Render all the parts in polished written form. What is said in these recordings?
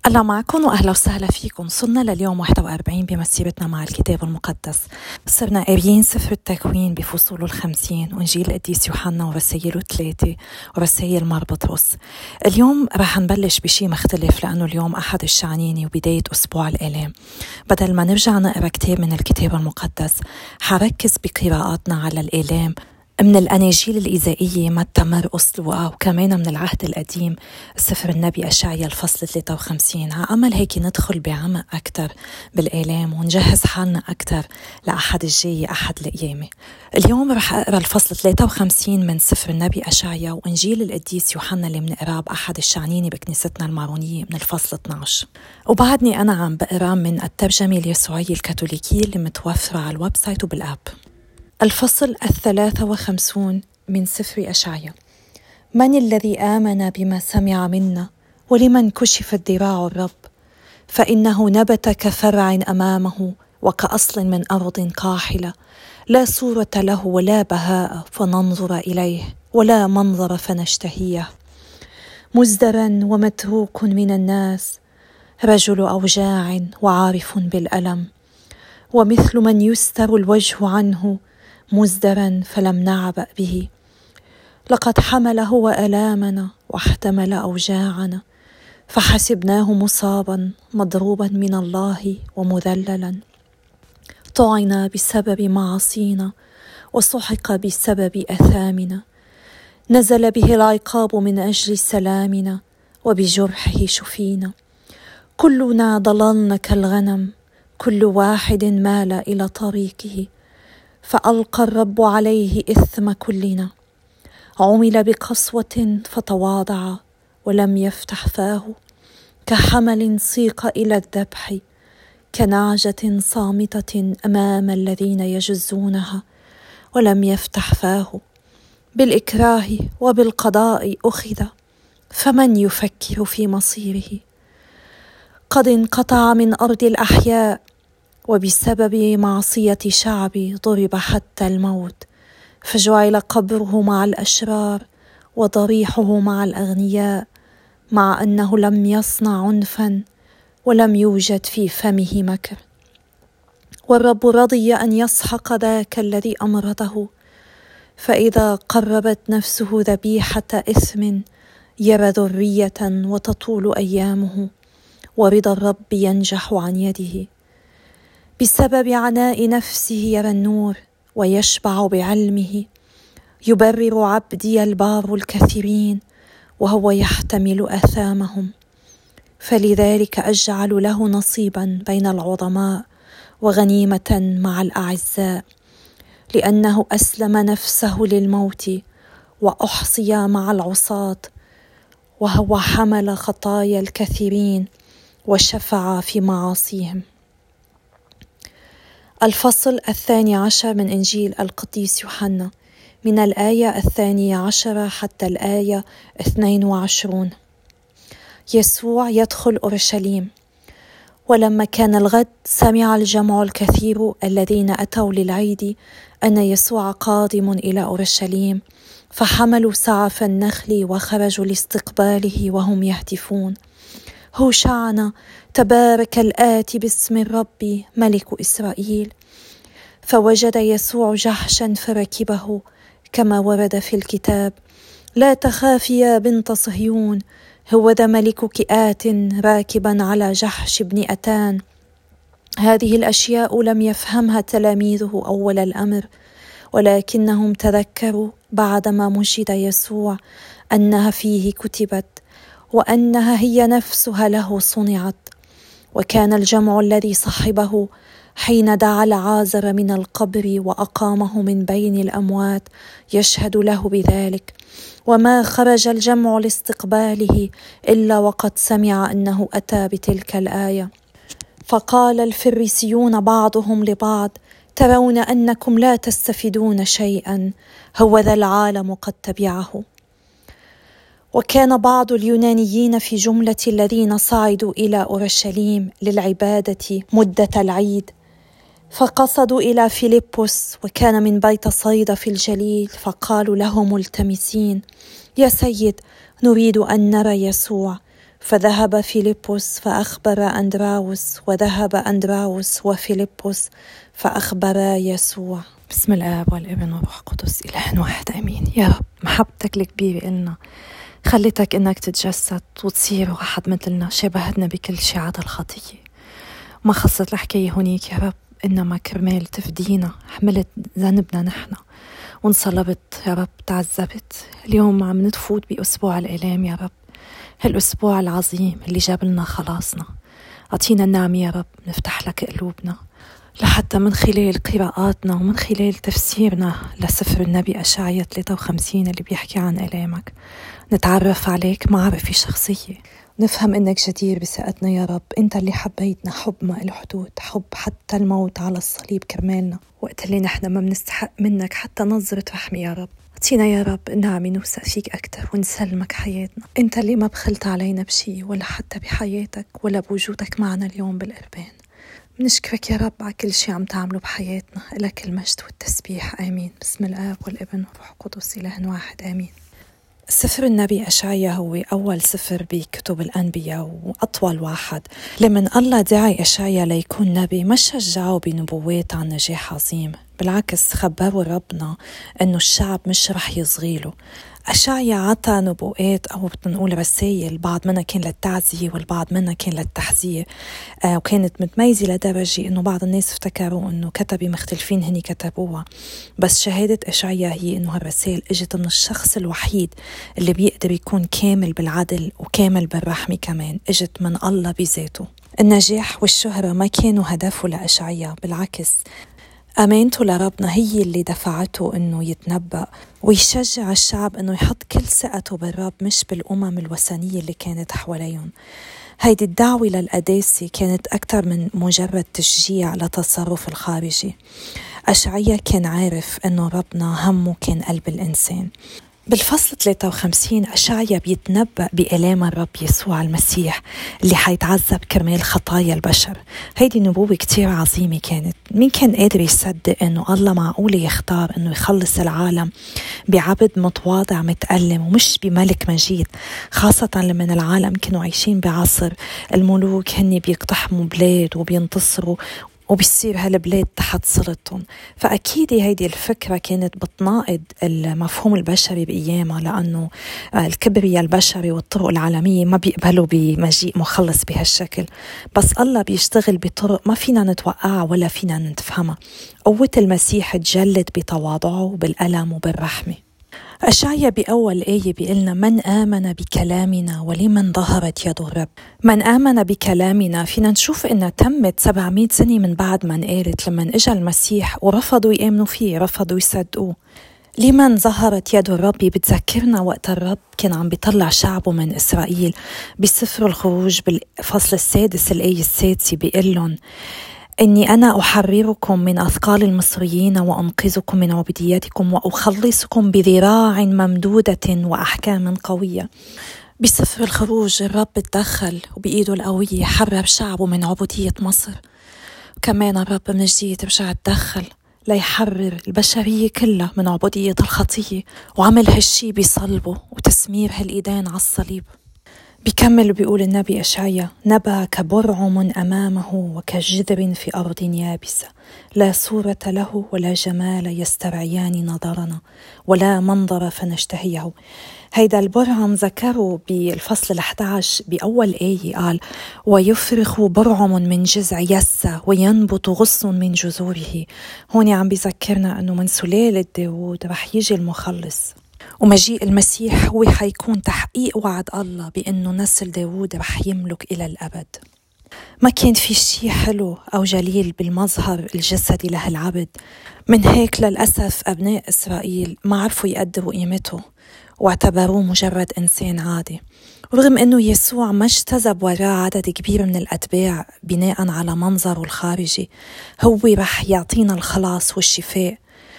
الله معكم وأهلا وسهلا فيكم. صرنا لليوم 41 بمسيرتنا مع الكتاب المقدس. صرنا قاريين سفر التكوين بفصوله 50 وإنجيل القديس يوحنا ورسائله 3 ورسائل مربطرس. اليوم رح نبلش بشي مختلف لأنه اليوم أحد الشعنيني وبداية أسبوع الآلام. بدل ما نرجع نقرأ كتاب من الكتاب المقدس حركز بقراءاتنا على الآلام من الأناجيل الإيزائية متى مرقس لوقا وكمان من العهد القديم سفر النبي أشعيا الفصل 53. عمل هيك ندخل بعمق أكتر بالآلام ونجهز حالنا أكتر لأحد الجاي أحد القيامة. اليوم رح أقرأ الفصل 53 من سفر النبي أشعيا وإنجيل القديس يوحنا اللي منقراه بأحد الشعنيني بكنيستنا المارونية من الفصل 12. وبعدني أنا عم بقرأ من الترجمة اليسوعية الكاثوليكية اللي متوفرة على الويب سايت وبالآب. الفصل 53 من سفر أشعيا. من الذي آمن بما سمع منا ولمن كشفت ذراع الرب؟ فإنه نبت كفرع أمامه وكأصل من أرض قاحلة، لا صورة له ولا بهاء فننظر إليه ولا منظر فنشتهيه، مزدرا ومتروك من الناس، رجل أوجاع وعارف بالألم، ومثل من يستر الوجه عنه، مزدرا فلم نعبأ به. لقد حمل هو آلامنا واحتمل أوجاعنا، فحسبناه مصابا مضروبا من الله ومذللا، طعن بسبب معاصينا وسحق بسبب أثامنا، نزل به العقاب من أجل سلامنا وبجرحه شفينا. كلنا ضللنا كالغنم، كل واحد مال إلى طريقه، فألقى الرب عليه إثم كلنا. عمل بقسوة فتواضع ولم يفتح فاه، كحمل سيق إلى الذبح، كنعجة صامتة أمام الذين يجزونها ولم يفتح فاه. بالإكراه وبالقضاء أخذ، فمن يفكر في مصيره؟ قد انقطع من أرض الأحياء، وبسبب معصية شعبي ضرب حتى الموت، فجعل قبره مع الأشرار وضريحه مع الأغنياء، مع أنه لم يصنع عنفا ولم يوجد في فمه مكر. والرب رضي أن يسحق ذاك الذي أمرضه، فإذا قربت نفسه ذبيحة إثم يرى ذرية وتطول أيامه، ورضا الرب ينجح عن يده. بسبب عناء نفسه يرى النور ويشبع بعلمه، يبرر عبدي البار الكثيرين وهو يحتمل آثامهم. فلذلك أجعل له نصيبا بين العظماء وغنيمة مع الأعزاء، لأنه أسلم نفسه للموت وأحصي مع العصاة، وهو حمل خطايا الكثيرين وشفع في معاصيهم. الفصل 12 من إنجيل القديس يوحنا من الآية 12 حتى الآية 22. يسوع يدخل أورشليم. ولما كان الغد سمع الجمع الكثير الذين أتوا للعيد أن يسوع قادم إلى أورشليم، فحملوا سعف النخل وخرجوا لاستقباله وهم يهتفون: هوشعنا، تبارك الآتي باسم الرب ملك إسرائيل. فوجد يسوع جحشا فركبه، كما ورد في الكتاب: لا تخافي يا بنت صهيون، هوذا ملكك آت راكبا على جحش بن أتان. هذه الأشياء لم يفهمها تلاميذه أول الأمر، ولكنهم تذكروا بعدما مجد يسوع أنها فيه كتبت، وأنها هي نفسها له صنعت. وكان الجمع الذي صحبه حين دعا العازر من القبر وأقامه من بين الأموات يشهد له بذلك. وما خرج الجمع لاستقباله إلا وقد سمع أنه أتى بتلك الآية. فقال الفريسيون بعضهم لبعض: ترون أنكم لا تستفيدون شيئا، هوذا العالم قد تبعه. وكان بعض اليونانيين في جملة الذين صعدوا إلى أورشليم للعبادة مدة العيد، فقصدوا إلى فيلبس، وكان من بيت صيدا في الجليل، فقالوا له ملتمسين: يا سيد، نريد أن نرى يسوع. فذهب فيلبس فأخبر أندراوس، وذهب أندراوس وفيلبس فأخبر يسوع. بسم الآب والابن والروح القدس إله واحد آمين. يا رب محبتك الكبيرة إلنا خلتك إنك تتجسد وتصير واحد مثلنا، شبهتنا بكل شيء عدا الخطية. ما خصت الحكاية هونيك يا رب، إنما كرمال تفدينا حملت ذنبنا نحن وانصلبت يا رب، تعذبت. اليوم عم نتفوت بأسبوع الآلام يا رب، هالأسبوع العظيم اللي جاب لنا خلاصنا. أعطينا النعم يا رب نفتح لك قلوبنا لحتى من خلال قراءاتنا ومن خلال تفسيرنا لسفر النبي أشعيا 53 اللي بيحكي عن آلامك نتعرف عليك معرفة شخصية، نفهم إنك جدير بثقتنا يا رب. أنت اللي حبيتنا حب ما له حدود، حب حتى الموت على الصليب كرمالنا، وقت اللي نحن ما بنستحق منك حتى نظرة رحمة يا رب. أعطينا يا رب النعمة نوثق فيك أكتر ونسلمك حياتنا. أنت اللي ما بخلت علينا بشي ولا حتى بحياتك ولا بوجودك معنا اليوم بالقربان. بنشكرك يا رب على كل شيء عم تعمله بحياتنا، لك المجد والتسبيح آمين. بسم الآب والابن والروح القدس إله واحد آمين. سفر النبي أشعيا هو أول سفر بكتب الأنبياء وأطول واحد. لمن الله دعي أشعيا ليكون نبي ما شجعه بنبوات عن نجاح عظيم، بالعكس خبروا ربنا أنه الشعب مش رح يصغيله. أشعيا عطى نبوءات أو بنقول رسائل، بعض منها كان للتعزية والبعض منها كان للتحذير، وكانت متميزة لدرجة أنه بعض الناس افتكروا أنه كتبة مختلفين هني كتبوها، بس شهادة أشعيا هي أنه هالرسائل اجت من الشخص الوحيد اللي بيقدر يكون كامل بالعدل وكامل بالرحمة كمان، اجت من الله بذاته. النجاح والشهرة ما كانوا هدفه لأشعيا، بالعكس أمانته لربنا هي اللي دفعته أنه يتنبأ ويشجع الشعب أنه يحط كل ثقته بالرب مش بالأمم الوثنية اللي كانت حواليهم. هيدي الدعوة للقداسة كانت أكثر من مجرد تشجيع لتصرف الخارجي. أشعيا كان عارف أنه ربنا همه كان قلب الإنسان. بالفصل 53 أشعيا بيتنبأ بآلام الرب يسوع المسيح اللي حيتعذب كرمال خطايا البشر. هيدي نبوة كتير عظيمة كانت. مين كان قادر يصدق أنه الله معقول يختار أنه يخلص العالم بعبد متواضع متألم ومش بملك مجيد، خاصة لمن العالم كانوا عايشين بعصر الملوك هني بيقتحموا بلاد وبينتصروا وبيصير هالبلاد تحت سلطتهم. فأكيد هيدي الفكرة كانت بتناقض المفهوم البشري بأيامها، لأنه الكبرياء البشري والطرق العالمية ما بيقبلوا بمجيء مخلص بهالشكل. بس الله بيشتغل بطرق ما فينا نتوقعها ولا فينا نتفهمها. قوة المسيح تجلت بتواضعه وبالألم وبالرحمة. أشعيا بأول آية بيقلنا من آمن بكلامنا ولمن ظهرت يد الرب. من آمن بكلامنا فينا نشوف إنها تمت 700 سنة من بعد ما انقالت، لما اجى المسيح ورفضوا يآمنوا فيه، رفضوا يصدقوه. لمن ظهرت يد الرب بتذكرنا وقت الرب كان عم بيطلع شعبه من إسرائيل بسفر الخروج بالفصل 6 الآية 6 بيقلن إني أنا أحرركم من أثقال المصريين وأنقذكم من عبوديتكم وأخلصكم بذراع ممدودة وأحكام قوية. بسفر الخروج الرب تدخل وبإيده القوية حرر شعبه من عبودية مصر. كمان الرب من جديد رجع تدخل ليحرر البشرية كلها من عبودية الخطية، وعمل هالشي بصلبه وتسمير هالإيدين على الصليب. بيكمل بيقول النبي أشعيا نبى كبرعم أمامه وكجذر في أرض يابسة، لا صورة له ولا جمال يسترعيان نظرنا ولا منظر فنشتهيه. هيدا البرعم ذكروا بالفصل 11 بأول آية، قال ويفرخ برعم من جذع يسى وينبت غصن من جذوره. هون عم بيذكرنا أنه من سلالة داود رح يجي المخلص، ومجيء المسيح هو حيكون تحقيق وعد الله بأنه نسل داود رح يملك إلى الأبد. ما كان في شيء حلو أو جليل بالمظهر الجسدي لهالعبد، من هيك للأسف أبناء إسرائيل ما عرفوا يقدروا قيمته واعتبروه مجرد إنسان عادي، رغم أنه يسوع ما اجتذب وراء عدد كبير من الأتباع بناء على منظره الخارجي. هو رح يعطينا الخلاص والشفاء،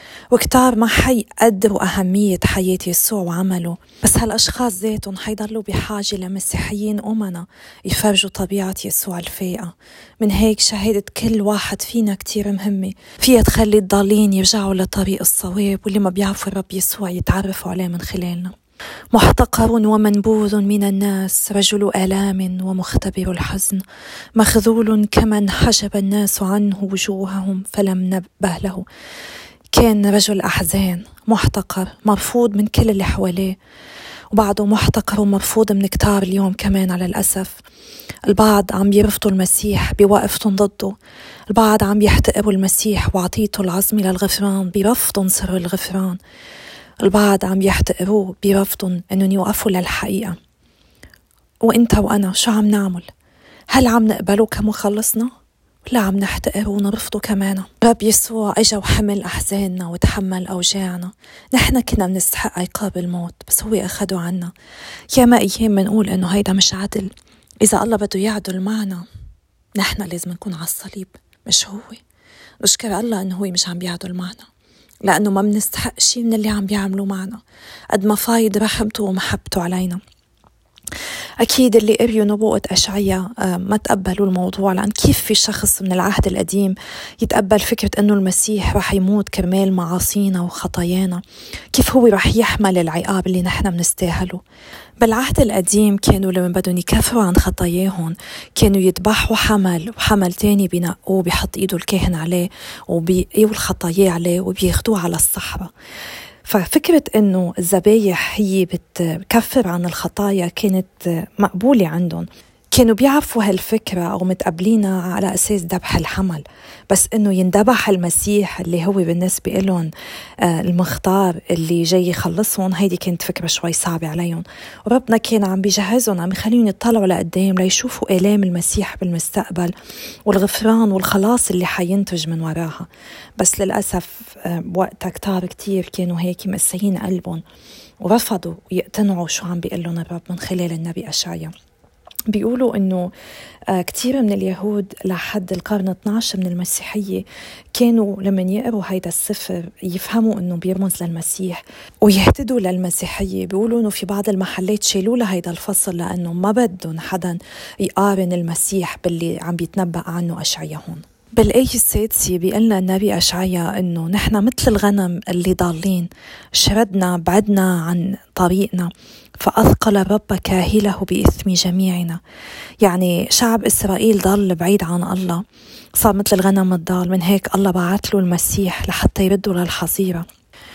وكتار ما حيقدروا أهمية حياة يسوع وعمله، بس هالأشخاص ذاتهم حيضلوا بحاجة لمسيحيين أمنا يفرجوا طبيعة يسوع الفائقة. من هيك شهادة كل واحد فينا كتير مهمة، فيها تخلي الضالين يرجعوا لطريق الصواب، واللي ما بيعرفوا الرب يسوع يتعرفوا عليه من خلالنا. محتقر ومنبوذ من الناس، رجل آلام ومختبر الحزن، مخذول كمن حجب الناس عنه وجوههم فلم نبه له. كان رجل أحزان، محتقر، مرفوض من كل اللي حواليه، وبعده محتقر ومرفوض من كتار اليوم كمان على الأسف. البعض عم بيرفضوا المسيح بوقفتهم ضده، البعض عم بيحتقروا المسيح وعطيته العظمة للغفران بيرفضوا سر الغفران، البعض عم يحتقروه بيرفضوا أنهم يوقفوا للحقيقة. وإنت وأنا شو عم نعمل؟ هل عم نقبله كمخلصنا؟ لا، عم نحتقره ونرفضه كمان. رب يسوع اجا وحمل أحزاننا وتحمل أوجاعنا. نحن كنا بنستحق عقاب الموت بس هو أخده عنا. ياما أيام منقول إنه هيدا مش عدل، إذا الله بده يعدل معنا نحن لازم نكون على الصليب مش هو. نشكر الله إنه هو مش عم بيعدل معنا، لأنه ما بنستحق شي من اللي عم بيعملوا معنا قد ما فايض رحمته ومحبته علينا. أكيد اللي قريوا نبوءة أشعياء ما تقبلوا الموضوع، لأن كيف في شخص من العهد القديم يتقبل فكرة أنه المسيح رح يموت كرمال معاصينا وخطايانا؟ كيف هو رح يحمل العقاب اللي نحن بنستاهله؟ بالعهد القديم كانوا لما بدهم يكفروا عن خطاياهم كانوا يذبحوا حمل، وحمل تاني بينقوه بيحط إيده الكاهن عليه وبيقيوا الخطايا عليه وبياخدوه على الصحراء. ففكرة إنه الذبايح هي بتكفر عن الخطايا كانت مقبولة عندهم، كانوا بيعرفوا هالفكرة أو متقبلينها على أساس ذبح الحمل، بس إنه يندبح المسيح اللي هو بالنسبة لهم المختار اللي جاي يخلصهم، هيدي كانت فكرة شوي صعبة عليهم. وربنا كان عم بيجهزهم، عم يخليهم يطلعوا لقدام ليشوفوا آلام المسيح بالمستقبل والغفران والخلاص اللي حينتج من وراها. بس للأسف وقتها كتير كانوا هيك مسيين قلبهم ورفضوا يقتنعوا شو عم بيقول لهم الرب من خلال النبي أشعياء. بيقولوا إنه كتير من اليهود لحد القرن 12 من المسيحية كانوا لما يقروا هيدا السفر يفهموا إنه بيرمز للمسيح ويهتدوا للمسيحية. بيقولوا إنه في بعض المحلات شالوا لهيدا الفصل لأنه ما بدهم حدا يقارن المسيح باللي عم بيتنبأ عنه أشعياء. هون بالآية 6 بيقلنا النبي أشعياء إنه نحن مثل الغنم اللي ضالين، شردنا بعدنا عن طريقنا فأثقل الرب كاهله بإثم جميعنا. يعني شعب إسرائيل ضل بعيد عن الله، صار مثل الغنم الضال، من هيك الله بعت له المسيح لحتى يردوا للحظيرة.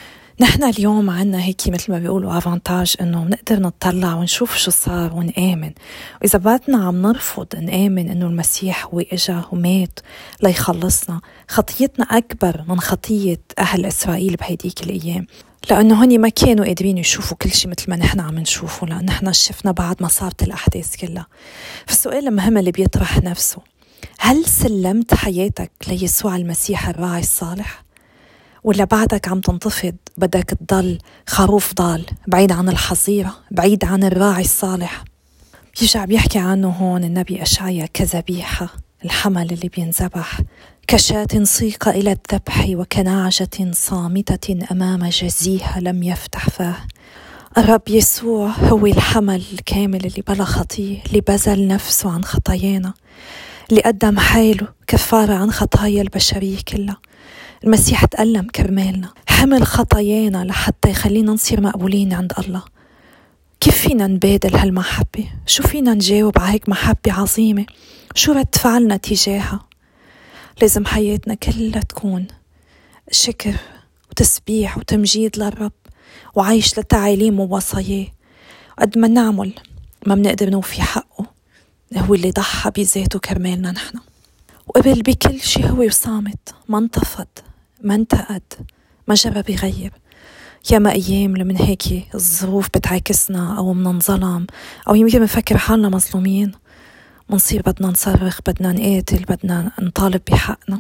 نحن اليوم عنا هيك مثل ما بيقولوا أفانتاج إنه نقدر نطلع ونشوف شو صار ونآمن، وإذا بعدنا عم نرفض نآمن إنه المسيح هو إجا ومات ليخلصنا، خطيتنا أكبر من خطية أهل إسرائيل بهيديك الأيام، لأنه هني ما كانوا قادرين يشوفوا كل شيء مثل ما نحن عم نشوفه، لأن نحن شفنا بعد ما صارت الأحداث كلها. فالسؤال المهم اللي بيطرح نفسه، هل سلمت حياتك ليسوع المسيح الراعي الصالح؟ ولا بعدك عم تنتفض بدك تضل خروف ضال بعيد عن الحظيرة، بعيد عن الراعي الصالح؟ بيرجع بيحكي عنه هون النبي أشعياء كذبيحة، الحمل اللي بينذبح، كشاة سيق إلى الذبح، وكنعجة صامتة أمام جزيها لم يفتح فاه. الرب يسوع هو الحمل الكامل اللي بلا خطية، اللي بذل نفسه عن خطايانا، اللي قدم حاله كفارة عن خطايا البشرية كلها. المسيح تألم كرمالنا، حمل خطايانا لحتى يخلينا نصير مقبولين عند الله. كيف فينا نبادل هالمحبة؟ شو فينا نجاوب على هيك محبة عظيمة؟ شو رد فعلنا تجاهها؟ لازم حياتنا كلها تكون شكر وتسبيح وتمجيد للرب وعيش لتعاليم ووصاياه. قد ما نعمل ما بنقدر نوفي حقه، هو اللي ضحى بذاته كرمالنا نحن، وقبل بكل شيء هو وصامت، ما انتفض، ما انتقد، ما جرب يغير. ياما أيام لمن هيك الظروف بتعاكسنا أو مننظلم أو يمكن بنفكر حالنا مظلومين، منصير بدنا نصرخ، بدنا نقاتل، بدنا نطالب بحقنا.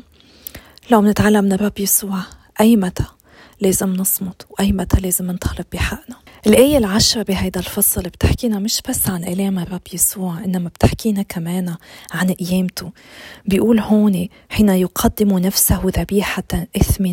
لو منتعلم من الرب يسوع أي متى لازم نصمت وأي متى لازم نطالب بحقنا. الآية 10 بهيدا الفصل بتحكينا مش بس عن آلام الرب يسوع، إنما بتحكينا كمان عن قيامته. بيقول هون حين يقدم نفسه ذبيحة إثم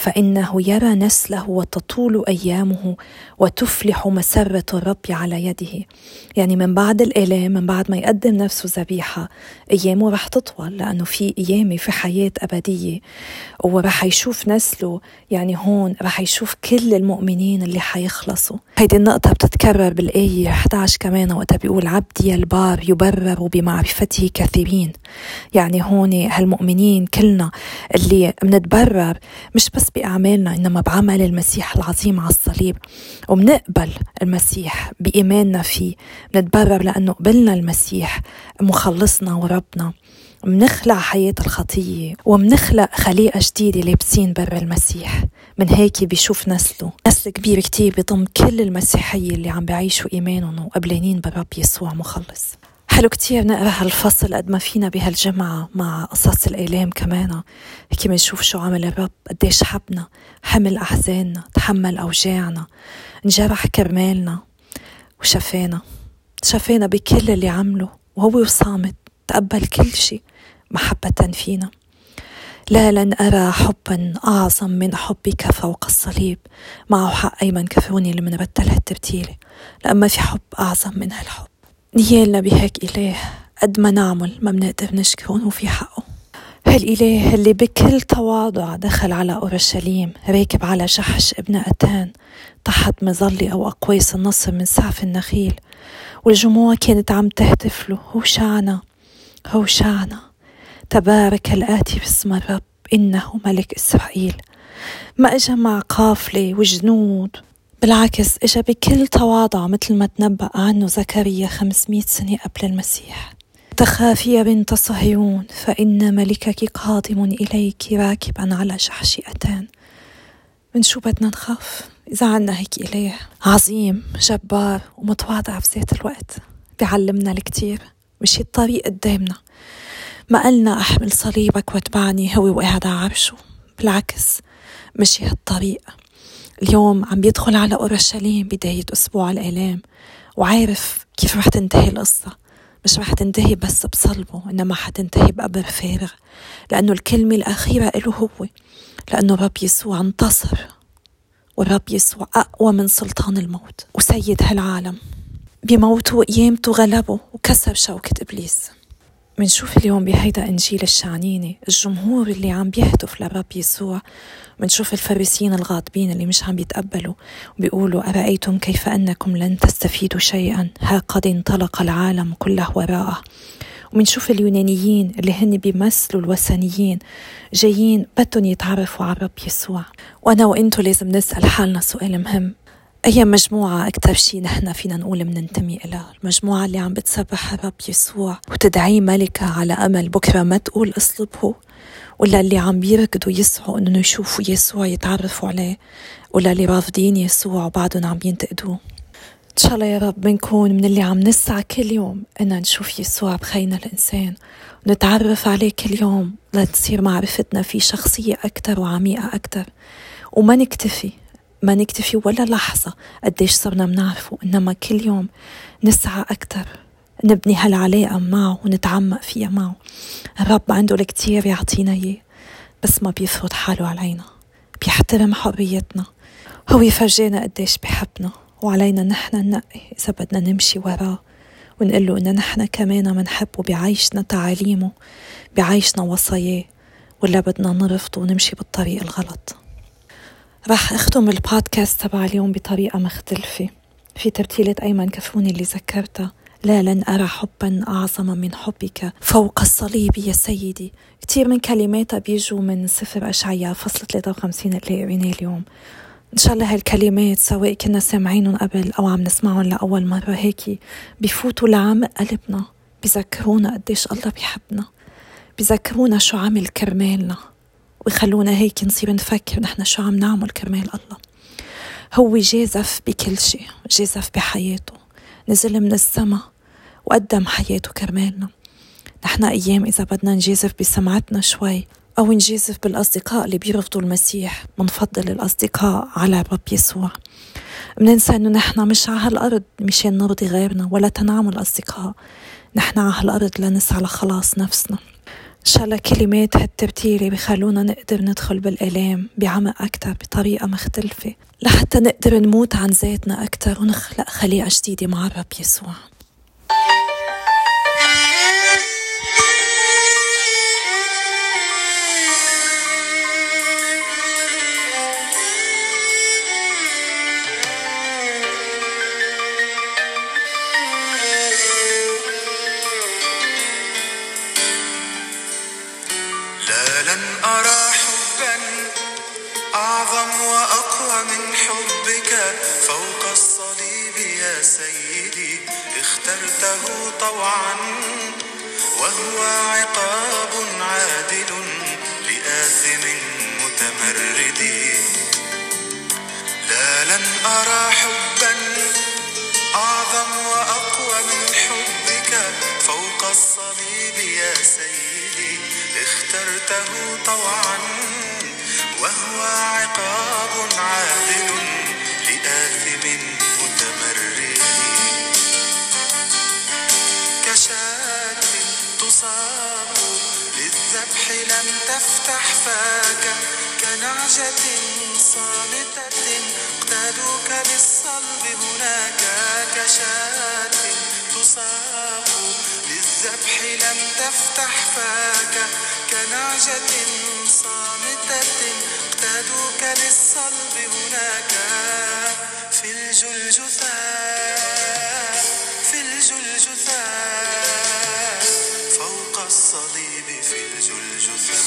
فإنه يرى نسله وتطول أيامه وتفلح مسرة الرب على يده. يعني من بعد الآلام، من بعد ما يقدم نفسه ذبيحة، أيامه رح تطول، لأنه في أيامي في حياة أبدية ورح يشوف نسله. يعني هون رح يشوف كل المؤمنين اللي حيخلصوا. هيدي النقطة بتتكرر بالآية 11 كمان، وقتها بيقول عبدي البار يبرر بمعرفته كثيرين. يعني هون هالمؤمنين كلنا اللي منتبرر مش بس بأعمالنا إنما بعمل المسيح العظيم على الصليب، ومنقبل المسيح بإيماننا فيه. منتبرر لأنه قبلنا المسيح مخلصنا وربنا، منخلع حياة الخطية ومنخلق خليقة جديدة لابسين بر المسيح. من هيك بيشوف نسل كبير كتير بيضم كل المسيحية اللي عم بيعيشوا إيمانهم وقبلانين بالرب يسوع مخلص. حلو كتير نقرأ هالفصل قد ما فينا بهالجمعة مع قصص الآلام كمان، هيك منشوف شو عمل الرب، قديش حبنا، حمل أحزاننا، تحمل أوجاعنا، انجرح كرمالنا وشفانا بكل اللي عمله، وهو صامت تقبل كل شيء محبة فينا. لا لن أرى حبا أعظم من حبك فوق الصليب. معه حق أيمن كفوني اللي منبتلها الترتيلة، لأما في حب أعظم من هالحب. نيالنا بهيك إله قد ما نعمل ما بنقدر نشكره وفي حقه. هالإله اللي بكل تواضع دخل على أورشليم راكب على جحش ابن أتان تحت مظلة أو أقواس النصر من سعف النخيل، والجموع كانت عم تهتف له هوشعنا تبارك الآتي باسم الرب إنه ملك إسرائيل. ما إجا مع قافلة وجنود، بالعكس إجا بكل تواضع مثل ما تنبأ عنه زكريا 500 سنة قبل المسيح. تخافي يا بنت صهيون فإن ملكك قادم إليك راكبا على جحش أتان. من شو بدنا نخاف إذا عنا هيك إله عظيم جبار ومتواضع في ذات الوقت، بيعلمنا الكتير، مشي الطريق قدامنا. ما قلنا أحمل صليبك واتبعني هو وقاعد على عرشه، بالعكس مشي هالطريق. اليوم عم بيدخل على أورشليم بداية أسبوع الآلام، وعارف كيف رح تنتهي القصة. مش رح تنتهي بس بصلبه، إنما حتنتهي بقبر فارغ، لأنه الكلمة الأخيرة له هو، لأنه الرب يسوع انتصر، والرب يسوع أقوى من سلطان الموت وسيد هالعالم. بموته وقيامته غلبه وكسر شوكة إبليس. منشوف اليوم بهيدا إنجيل الشعنينة الجمهور اللي عم بيهتف للرب يسوع. منشوف الفريسيين الغاضبين اللي مش عم بيتقبلوا وبيقولوا أرأيتم كيف أنكم لن تستفيدوا شيئا، ها قد انطلق العالم كله وراءه. ومنشوف اليونانيين اللي هن بيمثلوا الوثنيين جايين بدهم يتعرفوا على الرب يسوع. وأنا وإنتو لازم نسأل حالنا سؤال مهم: أي مجموعة أكتر شي نحن فينا نقول مننتمي إلها؟ المجموعة اللي عم بتسبح الرب يسوع وتدعيه ملكة على أمل بكرة ما تقول اصلبه، ولا اللي عم بيركضوا يسعوا إنه يشوفوا يسوع يتعرفوا عليه، ولا اللي رافضين يسوع وبعدهم عم ينتقدوه؟ إن شاء الله يا رب بنكون من اللي عم نسعى كل يوم إن نشوف يسوع بخينا الإنسان ونتعرف عليه كل يوم لتصير معرفتنا فيه شخصية أكتر وعميقة أكتر، وما نكتفي ولا لحظة قديش صرنا منعرفه، إنما كل يوم نسعى أكتر نبني هالعلاقة معه ونتعمق فيها معه. الرب عنده الكتير يعطينا إياه، بس ما بيفرض حاله علينا، بيحترم حريتنا. هو يفرجينا قديش بحبنا، وعلينا نحن ننقي إذا بدنا نمشي وراه ونقول له إن نحن كمان منحبه بعيشنا تعاليمه، بعيشنا وصاياه، ولا بدنا نرفضه ونمشي بالطريق الغلط. راح أختم البودكاست تبع اليوم بطريقة مختلفة في ترتيلة أيمن كفوني اللي ذكرتها: لا لن أرى حبا أعظم من حبك فوق الصليب يا سيدي. كتير من كلماتها بيجوا من سفر أشعياء فصل 53 اللي قريناه اليوم. إن شاء الله هالكلمات سواء كنا سامعينهم قبل أو عم نسمعهم لأول مرة هيك بيفوتوا لعمق قلبنا، بيذكرونا قديش الله بيحبنا، بيذكرونا شو عمل كرمالنا، ويخلونا هيك نصير نفكر نحن شو عم نعمل كرمال الله. هو جازف بكل شيء، جازف بحياته، نزل من السما وقدم حياته كرمالنا. نحن أيام إذا بدنا نجازف بسمعتنا شوي أو نجازف بالأصدقاء اللي بيرفضوا المسيح، منفضل الأصدقاء على الرب يسوع. مننسى أنه نحن مش على هالأرض مشان نرضي غيرنا ولا تنعمل أصدقاء، نحن على هالأرض لنسعى لخلاص نفسنا. إن شاء الله كلمات هالترتيلة بيخلونا نقدر ندخل بالآلام بعمق أكتر بطريقة مختلفة، لحتى نقدر نموت عن ذاتنا أكتر ونخلق خليقة جديدة مع الرب يسوع. لن أرى حبا أعظم وأقوى من حبك فوق الصليب يا سيدي، اخترته طوعا وهو عقاب عادل لآثم متمرد. لا لن أرى حبا أعظم وأقوى من حبك فوق الصليب يا سيدي، اخترته طوعا وهو عقاب عادل لآثم متمرد. كشاة تصاب للذبح لم تفتح فاك، كنعجة صامتة اقتادوك للصلب هناك. كشاة تصاب للذبح لم تفتح فاك، كنعجة صامتة اقتادوك للصلب هناك. في الجلجثة في الجلجثة فوق الصليب في الجلجثة.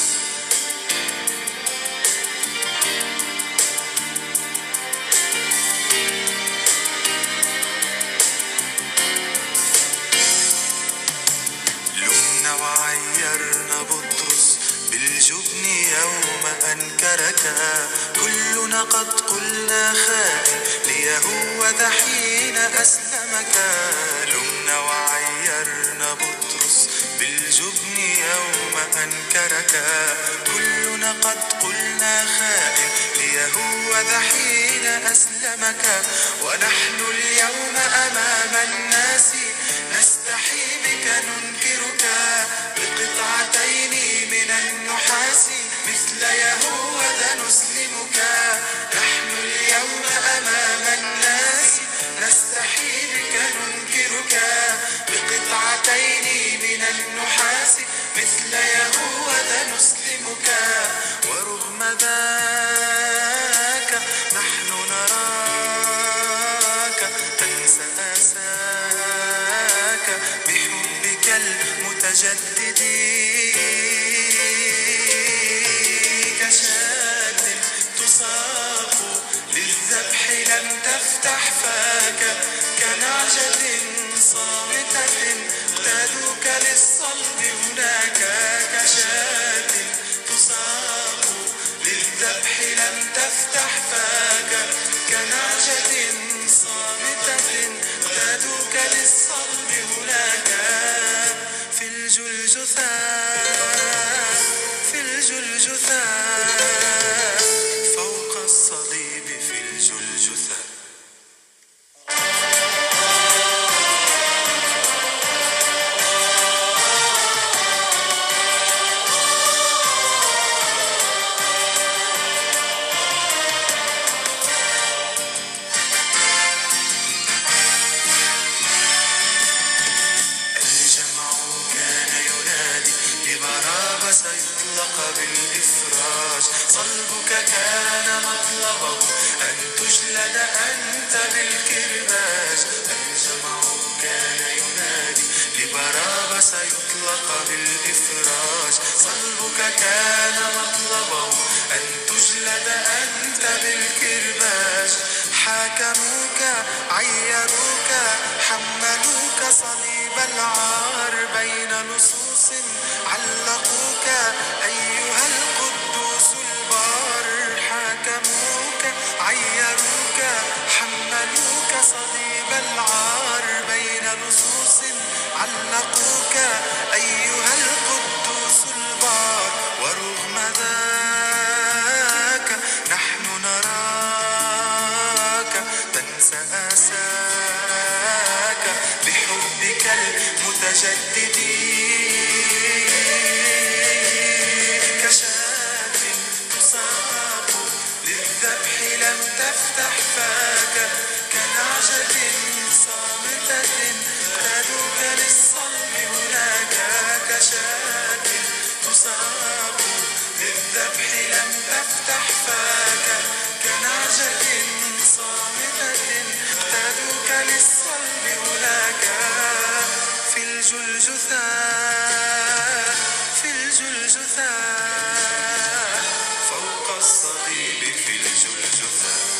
لمنا وعيرنا بطرس بالجبن يوم أنكرك، كلنا قد قلنا خائن ليهوذا حين أسلمك. لمنا وعيرنا بطرس بالجبن يوم أنكرك، كلنا قد قلنا خائن ليهوذا حين أسلمك. ونحن اليوم أمام الناس نستحي بك ننكرك، بقطعتين من النحاس مثل يهوذا نسلمك. نحن اليوم أمام الناس نستحي بك ننكرك، بقطعتين من النحاس مثل يهوذا نسلمك. ورغم ذاك نحن نراك تنسى آساك بحبك المتجدد. كشاة تصاب للذبح لم تفتح فاك، كنعجة صامتة اقتادوك للصلب هناك. كشاة تصاب للذبح لم تفتح فاك، كنعجة صامتة اقتادوك للصلب هناك. في الجلجثة في الجلجثة فوق الصليب في الجلجثة. سيطلق بالإفراج، صلبك كان مطلبه أن تجلد أنت بالكرباج. الجمع كان ينادي لبرابة سيطلق بالإفراج، صلبك كان مطلبه أن تجلد أنت بالكرباج. حاكموك عيروك حملوك صليب العار، بين لصوص علقوك أيها القدوس البار. حاكموك عيروك حملوك صليب العار، بين لصوص علقوك أيها القدوس البار. ورغم ذاك نحن نراك تنسى آساك بحبك المتجدد. كشاة تصاب للذبح لم تفتح فاك، كنعجة صامتة اقتادوك للصلب هناك. كشاة تصاب للذبح لم تفتح فاك، كنعجة صامتة اقتادوك للصلب هناك. في الجلجثة في الجلجثة الصليب في الجلجثة.